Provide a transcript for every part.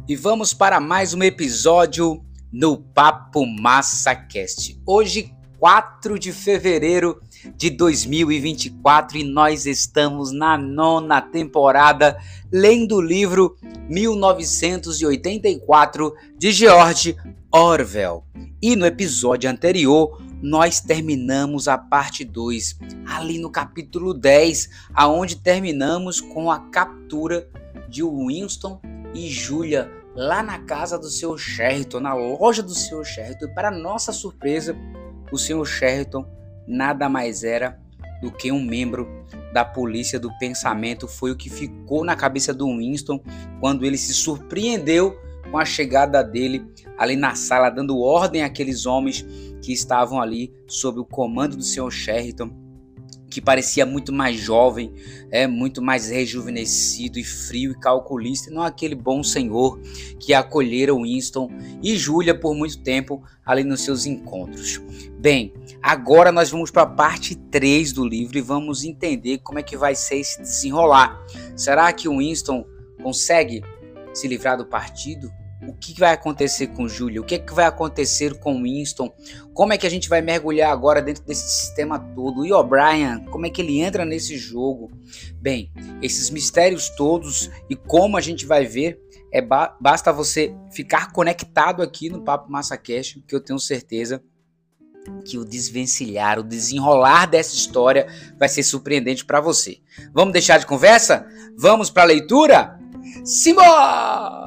E vamos para mais um episódio no Papo Massa Cast. Hoje, 4 de fevereiro de 2024 e nós estamos na 9ª temporada lendo o livro 1984 de George Orwell. E no episódio anterior, nós terminamos a parte 2, ali no capítulo 10, aonde terminamos com a captura de Winston e Julia lá na casa do Sr. Sherrington, na loja do Sr. Sherrington. E para nossa surpresa, o Sr. Sherrington nada mais era do que um membro da polícia do pensamento. Foi o que ficou na cabeça do Winston quando ele se surpreendeu com a chegada dele ali na sala, dando ordem àqueles homens que estavam ali sob o comando do Sr. Sherrington, que parecia muito mais jovem, muito mais rejuvenescido e frio e calculista, e não aquele bom senhor que acolhera Winston e Julia por muito tempo ali nos seus encontros. Bem, agora nós vamos para a parte 3 do livro e vamos entender como é que vai ser esse desenrolar. Será que o Winston consegue se livrar do partido? O que vai acontecer com Julia? O que vai acontecer com Winston? Como é que a gente vai mergulhar agora dentro desse sistema todo? E O'Brien, como é que ele entra nesse jogo? Bem, esses mistérios todos e como a gente vai ver, basta você ficar conectado aqui no Papo Massa Cast, que eu tenho certeza que o desvencilhar, o desenrolar dessa história vai ser surpreendente para você. Vamos deixar de conversa? Vamos para a leitura? Simbora!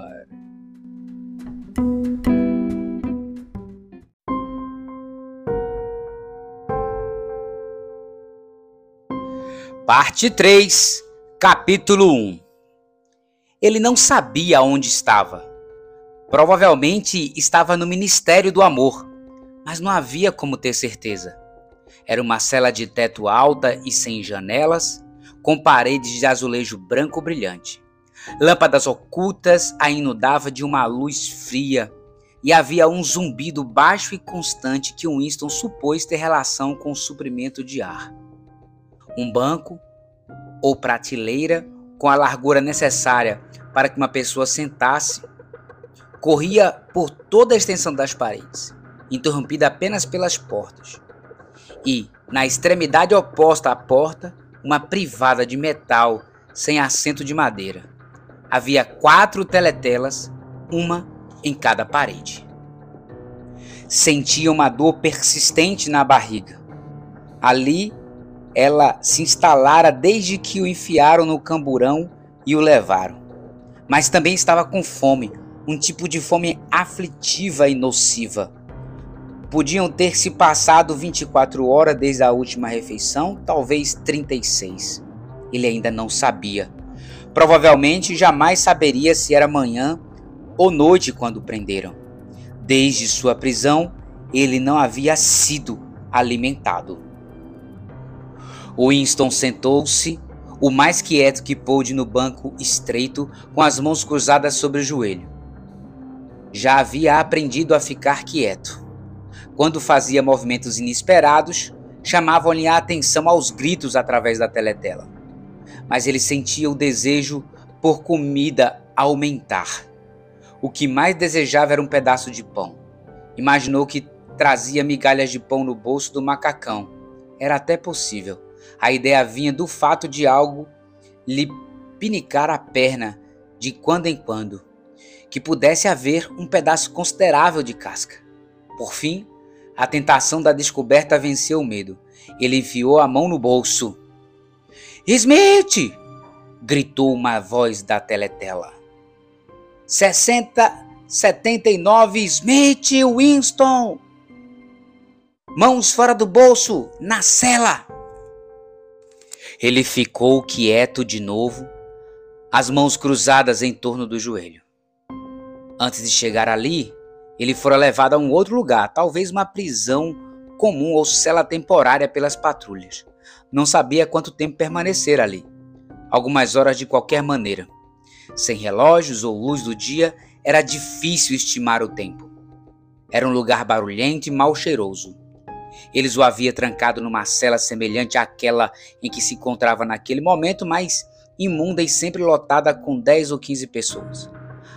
Parte 3, capítulo 1. Ele não sabia onde estava. Provavelmente estava no Ministério do Amor, mas não havia como ter certeza. Era uma cela de teto alta e sem janelas, com paredes de azulejo branco brilhante. Lâmpadas ocultas a inundavam de uma luz fria, e havia um zumbido baixo e constante que Winston supôs ter relação com o suprimento de ar. Um banco ou prateleira com a largura necessária para que uma pessoa sentasse corria por toda a extensão das paredes, interrompida apenas pelas portas. E, na extremidade oposta à porta, uma privada de metal sem assento de madeira. Havia 4 teletelas, uma em cada parede. Sentia uma dor persistente na barriga. Ali, ela se instalara desde que o enfiaram no camburão e o levaram. Mas também estava com fome, um tipo de fome aflitiva e nociva. Podiam ter se passado 24 horas desde a última refeição, talvez 36. Ele ainda não sabia. Provavelmente jamais saberia se era manhã ou noite quando o prenderam. Desde sua prisão, ele não havia sido alimentado. Winston sentou-se, o mais quieto que pôde, no banco estreito, com as mãos cruzadas sobre o joelho. Já havia aprendido a ficar quieto. Quando fazia movimentos inesperados, chamavam-lhe a atenção aos gritos através da teletela. Mas ele sentia o desejo por comida aumentar. O que mais desejava era um pedaço de pão. Imaginou que trazia migalhas de pão no bolso do macacão. Era até possível. A ideia vinha do fato de algo lhe pinicar a perna de quando em quando, que pudesse haver um pedaço considerável de casca. Por fim, a tentação da descoberta venceu o medo. Ele enfiou a mão no bolso. "Smith!" gritou uma voz da teletela. 79 Smith Winston! Mãos fora do bolso, na cela! Ele ficou quieto de novo, as mãos cruzadas em torno do joelho. Antes de chegar ali, ele fora levado a um outro lugar, talvez uma prisão comum ou cela temporária pelas patrulhas. Não sabia quanto tempo permanecer ali. Algumas horas de qualquer maneira. Sem relógios ou luz do dia, era difícil estimar o tempo. Era um lugar barulhento e mal cheiroso. Eles o haviam trancado numa cela semelhante àquela em que se encontrava naquele momento, mas imunda e sempre lotada com 10 ou 15 pessoas.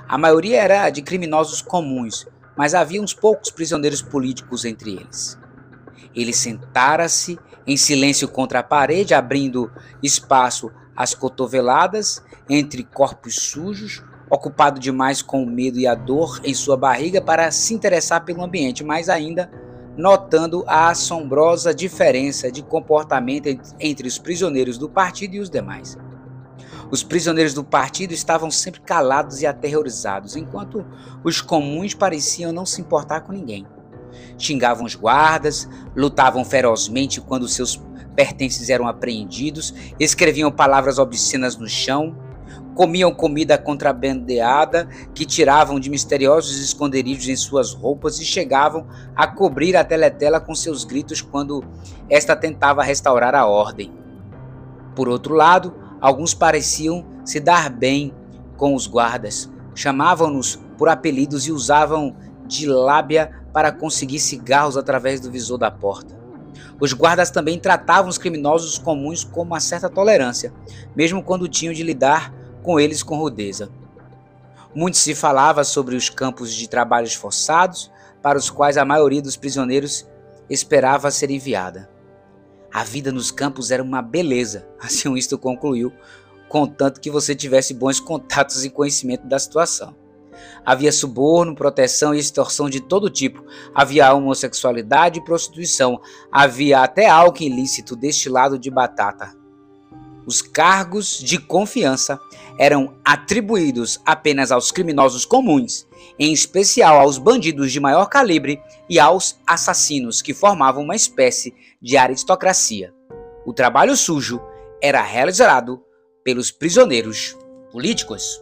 A maioria era de criminosos comuns, mas havia uns poucos prisioneiros políticos entre eles. Ele sentara-se em silêncio contra a parede, abrindo espaço às cotoveladas entre corpos sujos, ocupado demais com o medo e a dor em sua barriga para se interessar pelo ambiente, mas ainda notando a assombrosa diferença de comportamento entre os prisioneiros do partido e os demais. Os prisioneiros do partido estavam sempre calados e aterrorizados, enquanto os comuns pareciam não se importar com ninguém. Xingavam os guardas, lutavam ferozmente quando seus pertences eram apreendidos, escreviam palavras obscenas no chão, comiam comida contrabandeada que tiravam de misteriosos esconderijos em suas roupas e chegavam a cobrir a teletela com seus gritos quando esta tentava restaurar a ordem. Por outro lado, alguns pareciam se dar bem com os guardas, chamavam-nos por apelidos e usavam de lábia para conseguir cigarros através do visor da porta. Os guardas também tratavam os criminosos comuns com uma certa tolerância, mesmo quando tinham de lidar com eles com rudeza. Muito se falava sobre os campos de trabalhos forçados, para os quais a maioria dos prisioneiros esperava ser enviada. A vida nos campos era uma beleza, assim Winston concluiu, contanto que você tivesse bons contatos e conhecimento da situação. Havia suborno, proteção e extorsão de todo tipo, havia homossexualidade e prostituição, havia até álcool ilícito destilado de batata. Os cargos de confiança eram atribuídos apenas aos criminosos comuns, em especial aos bandidos de maior calibre e aos assassinos, que formavam uma espécie de aristocracia. O trabalho sujo era realizado pelos prisioneiros políticos.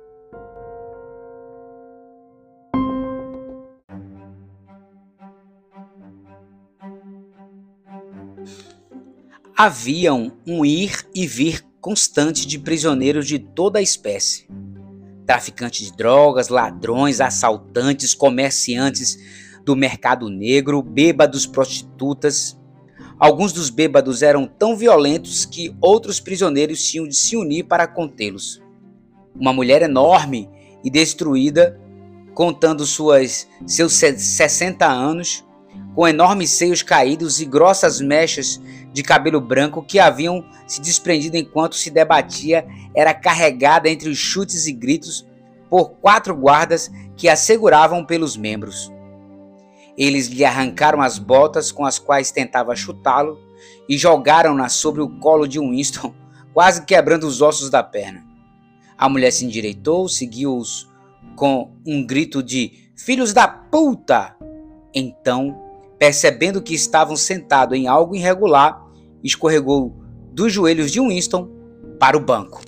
Haviam um ir e vir constante de prisioneiros de toda a espécie. Traficantes de drogas, ladrões, assaltantes, comerciantes do mercado negro, bêbados, prostitutas. Alguns dos bêbados eram tão violentos que outros prisioneiros tinham de se unir para contê-los. Uma mulher enorme e destruída, contando seus 60 anos, com enormes seios caídos e grossas mechas de cabelo branco que haviam se desprendido enquanto se debatia, era carregada entre os chutes e gritos por 4 guardas que a seguravam pelos membros. Eles lhe arrancaram as botas com as quais tentava chutá-lo e jogaram-na sobre o colo de Winston, quase quebrando os ossos da perna. A mulher se endireitou, seguiu-os com um grito de "Filhos da puta!". Então, percebendo que estavam sentados em algo irregular, escorregou dos joelhos de Winston para o banco.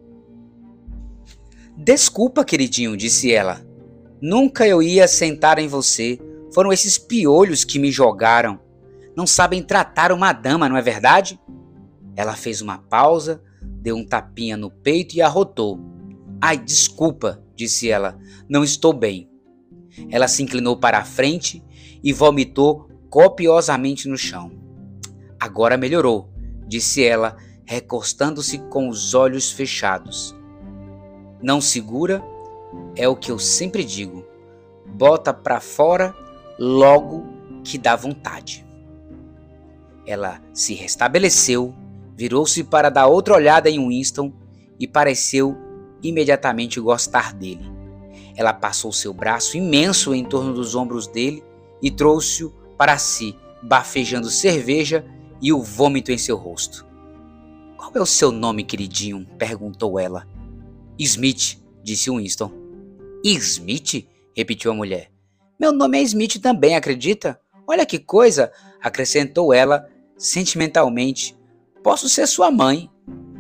"Desculpa, queridinho", disse ela. "Nunca eu ia sentar em você. Foram esses piolhos que me jogaram. Não sabem tratar uma dama, não é verdade?" Ela fez uma pausa, deu um tapinha no peito e arrotou. "Ai, desculpa", disse ela. "Não estou bem." Ela se inclinou para a frente e vomitou copiosamente no chão. "Agora melhorou", disse ela, recostando-se com os olhos fechados. "Não segura, é o que eu sempre digo. Bota pra fora logo que dá vontade." Ela se restabeleceu, virou-se para dar outra olhada em Winston e pareceu imediatamente gostar dele. Ela passou seu braço imenso em torno dos ombros dele e trouxe-o para si, bafejando cerveja e o vômito em seu rosto. "Qual é o seu nome, queridinho?", perguntou ela. "Smith", disse Winston. "Smith?", repetiu a mulher. "Meu nome é Smith também, acredita? Olha que coisa", acrescentou ela sentimentalmente. "Posso ser sua mãe."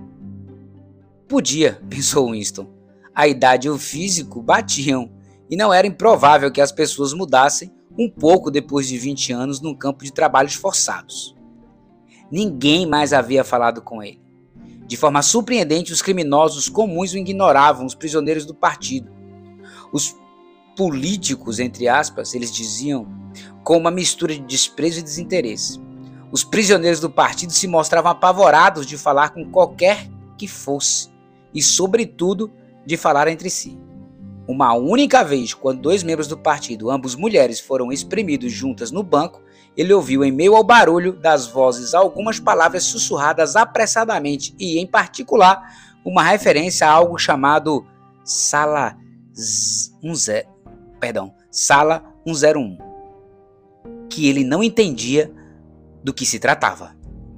Podia, pensou Winston. A idade e o físico batiam, e não era improvável que as pessoas mudassem um pouco depois de 20 anos num campo de trabalhos forçados. Ninguém mais havia falado com ele. De forma surpreendente, os criminosos comuns o ignoravam, os prisioneiros do partido. Os políticos, entre aspas, eles diziam, com uma mistura de desprezo e desinteresse. Os prisioneiros do partido se mostravam apavorados de falar com qualquer que fosse, e sobretudo de falar entre si. Uma única vez, quando 2 membros do partido, ambos mulheres, foram espremidos juntas no banco, ele ouviu em meio ao barulho das vozes algumas palavras sussurradas apressadamente e, em particular, uma referência a algo chamado Sala 101, que ele não entendia do que se tratava.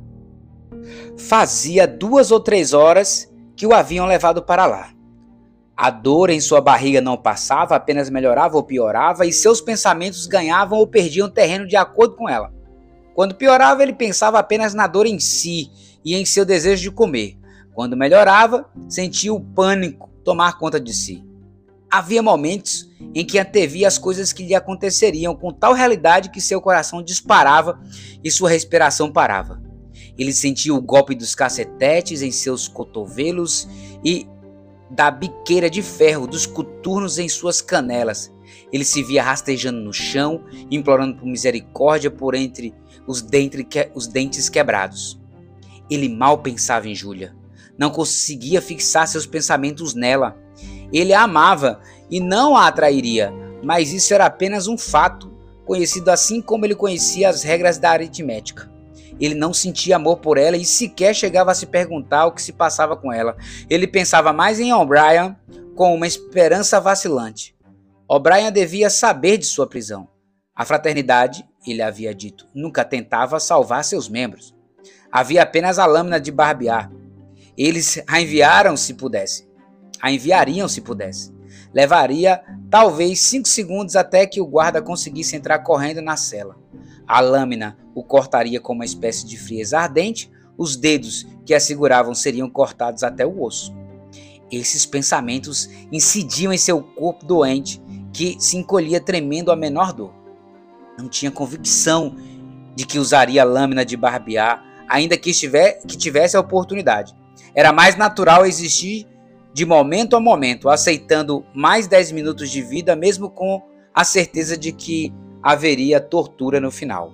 Fazia 2 ou 3 horas que o haviam levado para lá. A dor em sua barriga não passava, apenas melhorava ou piorava, e seus pensamentos ganhavam ou perdiam terreno de acordo com ela. Quando piorava, ele pensava apenas na dor em si e em seu desejo de comer. Quando melhorava, sentia o pânico tomar conta de si. Havia momentos em que antevia as coisas que lhe aconteceriam com tal realidade que seu coração disparava e sua respiração parava. Ele sentia o golpe dos cacetetes em seus cotovelos e da biqueira de ferro dos coturnos em suas canelas. Ele se via rastejando no chão, implorando por misericórdia por entre os dentes quebrados. Ele mal pensava em Júlia. Não conseguia fixar seus pensamentos nela. Ele a amava e não a atrairia, mas isso era apenas um fato, conhecido assim como ele conhecia as regras da aritmética. Ele não sentia amor por ela e sequer chegava a se perguntar o que se passava com ela. Ele pensava mais em O'Brien com uma esperança vacilante. O'Brien devia saber de sua prisão. A fraternidade, ele havia dito, nunca tentava salvar seus membros. Havia apenas a lâmina de barbear. Eles a enviariam se pudesse. Levaria talvez 5 segundos até que o guarda conseguisse entrar correndo na cela. A lâmina o cortaria com uma espécie de frieza ardente, os dedos que a seguravam seriam cortados até o osso. Esses pensamentos incidiam em seu corpo doente, que se encolhia tremendo à menor dor. Não tinha convicção de que usaria a lâmina de barbear, ainda que tivesse a oportunidade. Era mais natural existir de momento a momento, aceitando mais 10 minutos de vida, mesmo com a certeza de que haveria tortura no final.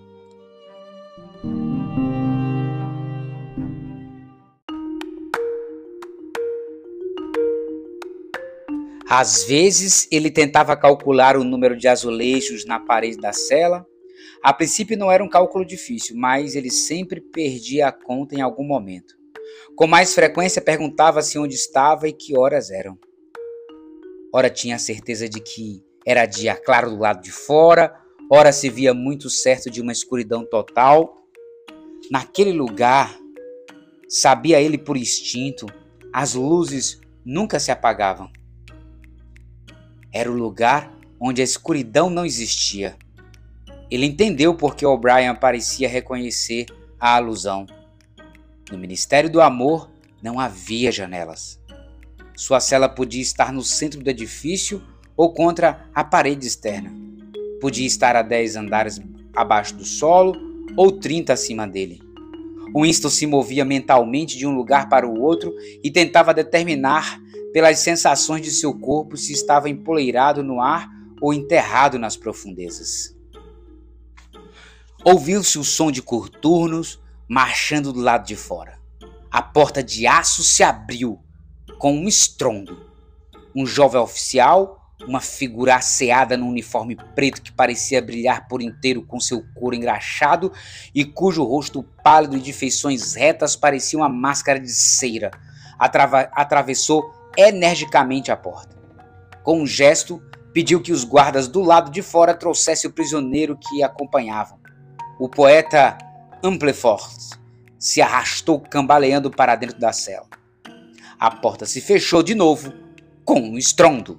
Às vezes, ele tentava calcular o número de azulejos na parede da cela. A princípio não era um cálculo difícil, mas ele sempre perdia a conta em algum momento. Com mais frequência perguntava-se onde estava e que horas eram. Ora tinha a certeza de que era dia claro do lado de fora, ora se via muito certo de uma escuridão total. Naquele lugar, sabia ele por instinto, as luzes nunca se apagavam. Era o lugar onde a escuridão não existia. Ele entendeu porque O'Brien parecia reconhecer a alusão. No Ministério do Amor não havia janelas. Sua cela podia estar no centro do edifício ou contra a parede externa. Podia estar a 10 andares abaixo do solo ou 30 acima dele. Winston se movia mentalmente de um lugar para o outro e tentava determinar pelas sensações de seu corpo se estava empoleirado no ar ou enterrado nas profundezas. Ouviu-se o som de coturnos marchando do lado de fora. A porta de aço se abriu com um estrondo. Um jovem oficial, uma figura asseada num uniforme preto que parecia brilhar por inteiro com seu couro engraxado e cujo rosto pálido e de feições retas parecia uma máscara de cera, atravessou energicamente a porta. Com um gesto, pediu que os guardas do lado de fora trouxessem o prisioneiro que acompanhavam. O poeta Amplefort se arrastou cambaleando para dentro da cela. A porta se fechou de novo com um estrondo.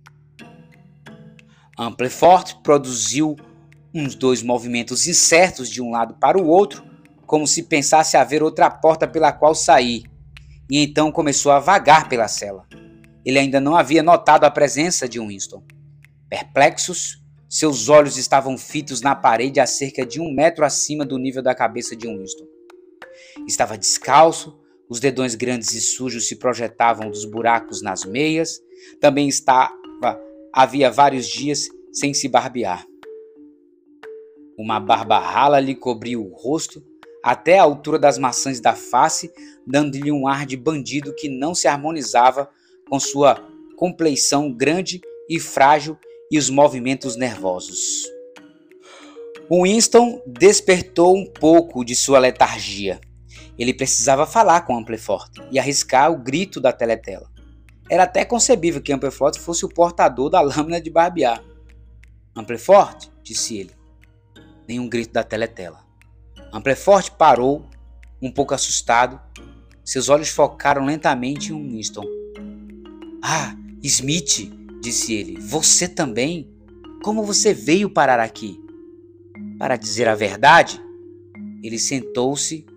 Amplefort produziu uns 2 movimentos incertos de um lado para o outro, como se pensasse haver outra porta pela qual sair, e então começou a vagar pela cela. Ele ainda não havia notado a presença de Winston. Perplexos, seus olhos estavam fitos na parede a cerca de 1 metro acima do nível da cabeça de Winston. Estava descalço, os dedões grandes e sujos se projetavam dos buracos nas meias. Também havia vários dias sem se barbear. Uma barba rala lhe cobria o rosto até a altura das maçãs da face, dando-lhe um ar de bandido que não se harmonizava com sua compleição grande e frágil e os movimentos nervosos. Winston despertou um pouco de sua letargia. Ele precisava falar com Amplefort e arriscar o grito da teletela. Era até concebível que Amplefort fosse o portador da lâmina de barbear. Amplefort, disse ele. Nenhum grito da teletela. Amplefort parou, um pouco assustado. Seus olhos focaram lentamente em Winston. Ah, Smith, disse ele. Você também? Como você veio parar aqui? Para dizer a verdade, ele sentou-se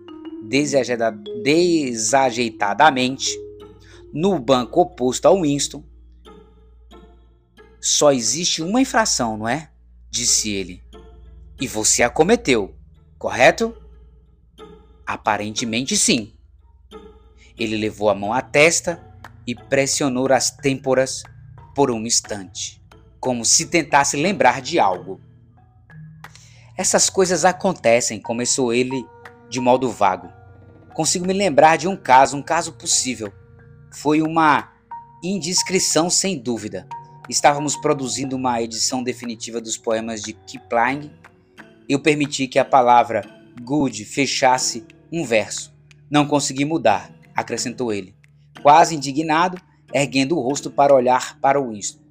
desajeitadamente no banco oposto ao Winston. Só existe uma infração, não é? Disse ele. E você a cometeu, correto? Aparentemente sim. Ele levou a mão à testa e pressionou as têmporas por um instante, como se tentasse lembrar de algo. Essas coisas acontecem, começou ele de modo vago. Consigo me lembrar de um caso possível. Foi uma indiscrição sem dúvida. Estávamos produzindo uma edição definitiva dos poemas de Kipling. Eu permiti que a palavra good fechasse um verso. Não consegui mudar, acrescentou ele, quase indignado, erguendo o rosto para olhar para o Winston.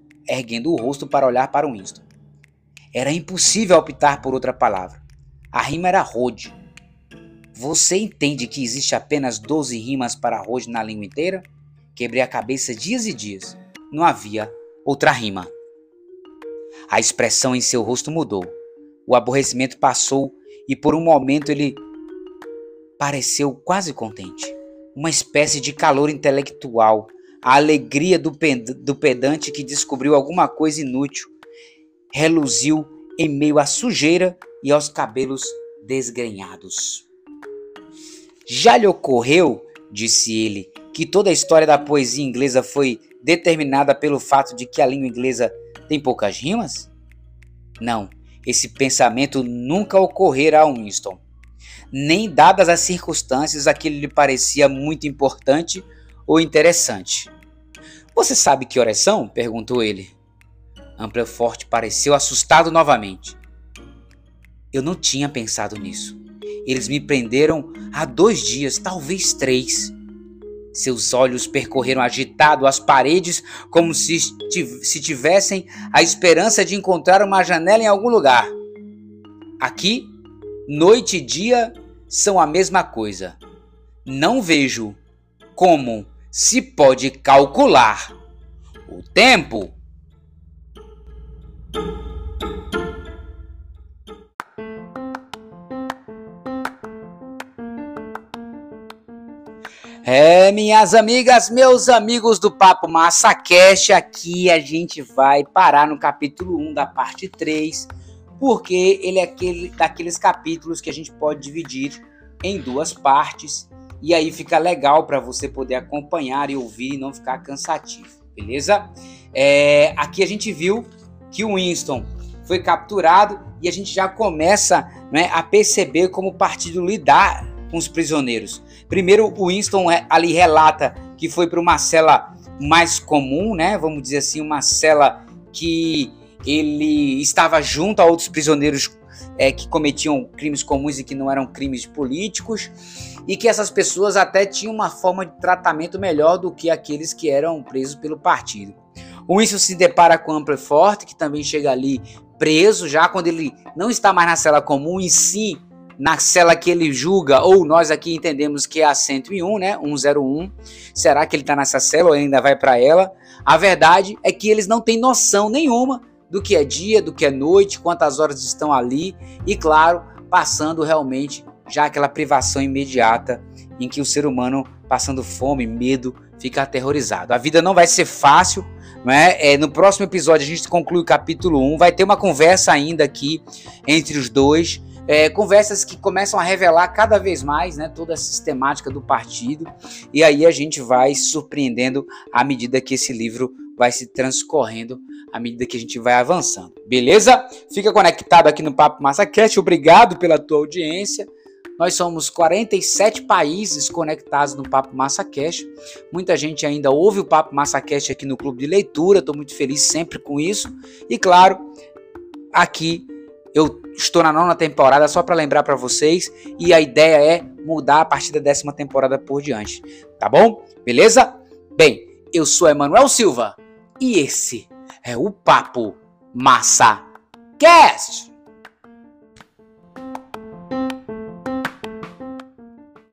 Era impossível optar por outra palavra. A rima era Rode. Você entende que existe apenas 12 rimas para Rode na língua inteira? Quebrei a cabeça dias e dias. Não havia outra rima. A expressão em seu rosto mudou. O aborrecimento passou e por um momento ele pareceu quase contente. Uma espécie de calor intelectual. A alegria do pedante que descobriu alguma coisa inútil reluziu em meio à sujeira e aos cabelos desgrenhados. Já lhe ocorreu, disse ele, que toda a história da poesia inglesa foi determinada pelo fato de que a língua inglesa tem poucas rimas? Não, esse pensamento nunca ocorrera a Winston. Nem dadas as circunstâncias, aquilo lhe parecia muito importante ou interessante. Você sabe que horas são? Perguntou ele. Amplefort pareceu assustado novamente. Eu não tinha pensado nisso. Eles me prenderam há 2 dias, talvez 3. Seus olhos percorreram agitado as paredes como se tivessem a esperança de encontrar uma janela em algum lugar. Aqui, noite e dia são a mesma coisa. Não vejo como se pode calcular o tempo. Minhas amigas, meus amigos do Papo Massa Cast, aqui a gente vai parar no capítulo 1 da parte 3, porque ele é daqueles capítulos que a gente pode dividir em 2 partes, e aí fica legal para você poder acompanhar e ouvir e não ficar cansativo, beleza? Aqui a gente viu que o Winston foi capturado e a gente já começa, né, a perceber como o partido lidar com os prisioneiros. Primeiro, o Winston ali relata que foi para uma cela mais comum, né? Vamos dizer assim, uma cela que ele estava junto a outros prisioneiros que cometiam crimes comuns e que não eram crimes políticos, e que essas pessoas até tinham uma forma de tratamento melhor do que aqueles que eram presos pelo partido. O Winston se depara com Amplefort, que também chega ali preso, já quando ele não está mais na cela comum, e sim na cela que ele julga, ou nós aqui entendemos que é a 101, né? 101. Será que ele está nessa cela ou ainda vai para ela? A verdade é que eles não têm noção nenhuma do que é dia, do que é noite, quantas horas estão ali e, claro, passando realmente já aquela privação imediata em que o ser humano, passando fome, medo, fica aterrorizado. A vida não vai ser fácil, né? No próximo episódio a gente conclui o capítulo 1, vai ter uma conversa ainda aqui entre os dois, conversas que começam a revelar cada vez mais, né, toda a sistemática do partido, e aí a gente vai se surpreendendo à medida que esse livro vai se transcorrendo, à medida que a gente vai avançando, beleza? Fica conectado aqui no Papo Massa Cast, obrigado pela tua audiência, Nós somos 47 países conectados no Papo MassaCast. Muita gente ainda ouve o Papo MassaCast aqui no Clube de Leitura. Estou muito feliz sempre com isso. E claro, aqui eu estou na 9ª temporada, só para lembrar para vocês. E a ideia é mudar a partir da 10ª temporada por diante. Tá bom? Beleza? Bem, eu sou Emanuel Silva. E esse é o Papo MassaCast.